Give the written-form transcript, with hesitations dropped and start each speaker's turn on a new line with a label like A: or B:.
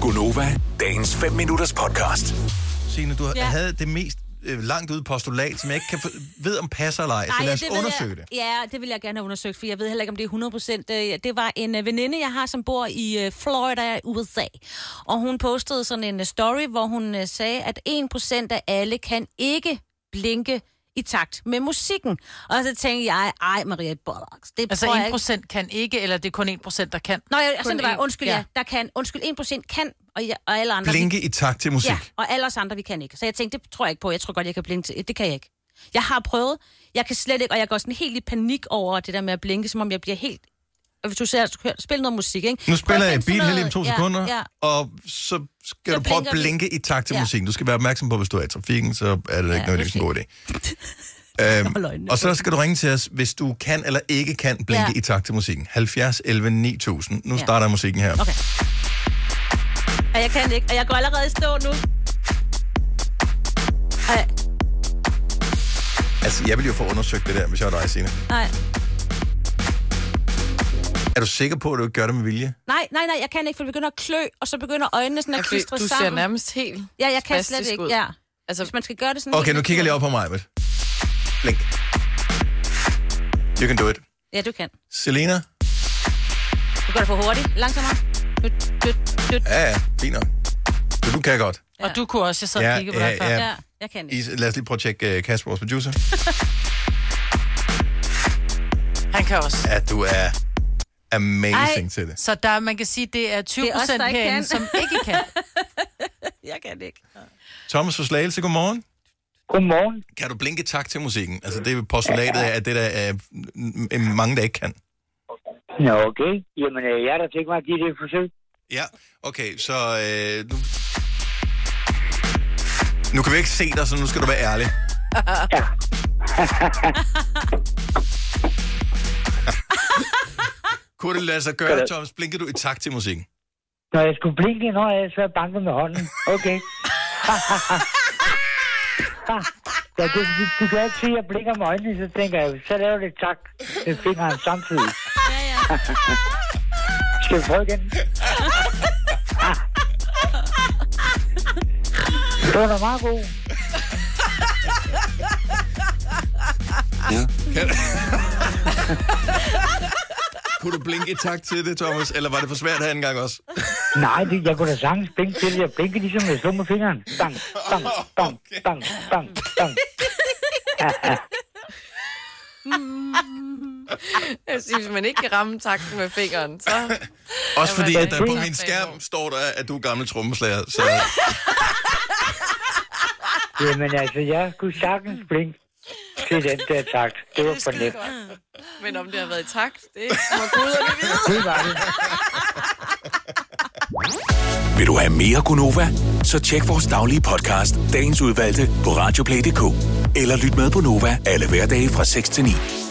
A: Gunova, dagens 5 minutters podcast.
B: Signe, du havde det mest langt ude postulat, som jeg ikke ved om passer eller ej, så lad os undersøge det.
C: Ja, det vil jeg gerne have undersøgt, for jeg ved heller ikke, om det er 100%. Det var en veninde, jeg har, som bor i Florida i USA, og hun postede sådan en story, hvor hun sagde, at 1% af alle kan ikke blinke i takt med musikken. Og så tænkte jeg, Maria Bollocks, det
D: altså
C: prøver
D: 1% kan ikke, eller det er kun 1%, der kan?
C: Nå, sådan det var. Undskyld, der kan. Undskyld, 1% kan, og alle andre...
B: Blinke i takt til musik?
C: Ja, og alle os andre, vi kan ikke. Så jeg tænkte, det tror jeg ikke på. Jeg tror godt, jeg kan blinke til. Det kan jeg ikke. Jeg har prøvet. Jeg kan slet ikke, og jeg går sådan helt i panik over det der med at blinke, som om jeg bliver helt... Hvis du spiller noget musik, ikke?
B: Nu spiller jeg bil lige om 2 sekunder, og så skal du prøve at blinke i takt til musikken. Du skal være opmærksom på, hvis du er i trafikken, så er det ikke noget, en god idé. Og så skal du ringe til os, hvis du kan eller ikke kan blinke i takt til musikken. 70 11 9000. Nu starter musikken her.
C: Okay. Og jeg kan ikke, og jeg går allerede i stå nu.
B: Altså, jeg vil jo få undersøgt det der, hvis jeg var dig, Signe.
C: Nej.
B: Er du sikker på, at du ikke gør det med vilje?
C: Nej, jeg kan ikke, for det begynder at klø, og så begynder øjnene sådan at klistre sammen.
E: Du ser nærmest helt
C: jeg kan slet ikke, Altså, hvis man skal gøre det sådan...
B: Okay, nu kigger jeg lige op på mig, Britt. Blink. You can do it.
C: Ja, du kan.
B: Selena?
C: Du gør det for hurtigt. Langsommere.
B: Ja, fint nok. Du kan godt.
D: Ja. Og du kunne også, jeg sad og kiggede på dig før.
C: Ja, jeg kan ikke.
B: Lad os lige prøve at tjekke Kasper, vores producer.
D: Han kan også.
B: Ja, du er amazing til det.
D: Så man kan sige, det er 20% herinde, som ikke kan.
C: Jeg kan ikke.
B: Thomas fra Slagelse, godmorgen.
F: Godmorgen.
B: Kan du blinke takt til musikken? Altså, det er postulatet af det, der er mange, der ikke kan.
F: Nå, okay. Jamen, jeg har da tænkt mig at give det et forsøg.
B: Ja, okay, så nu kan vi ikke se dig, så nu skal du være ærlig.
F: Ja.
B: Kunne det lade sig gøre, Thomas? Blinker du i takt til musikken?
F: Når jeg skulle blinke, når jeg så banket med hånden. Okay. Ja, du kan ikke se, at jeg blinker med øjnene, så tænker jeg, så laver det takt med fingeren samtidig.
C: Ja.
F: Skal vi prøve igen? Det var da meget god.
B: Ja. Kunne du blinke i takt til det, Thomas? Eller var det for svært her en gang også?
F: Nej, jeg kunne da sagtens blinke til. Jeg blinker ligesom jeg slår med fingeren. Bang, bang, bang, bang, bang, bang.
E: Jeg synes, hvis man ikke kan ramme takten med fingeren, så...
B: Også fordi, at der på min skærm står der, at du er gammel trommeslager, så...
F: Jamen altså, jeg kunne sagtens blinke til den der takt. Det var for nemt.
E: Men om det har været i takt, det må guderne vide.
F: Det var det.
A: Vil du have mere Gunova? Så tjek vores daglige podcast, dagens udvalgte, på radioplay.dk. Eller lyt med på Nova alle hverdage fra 6 til 9.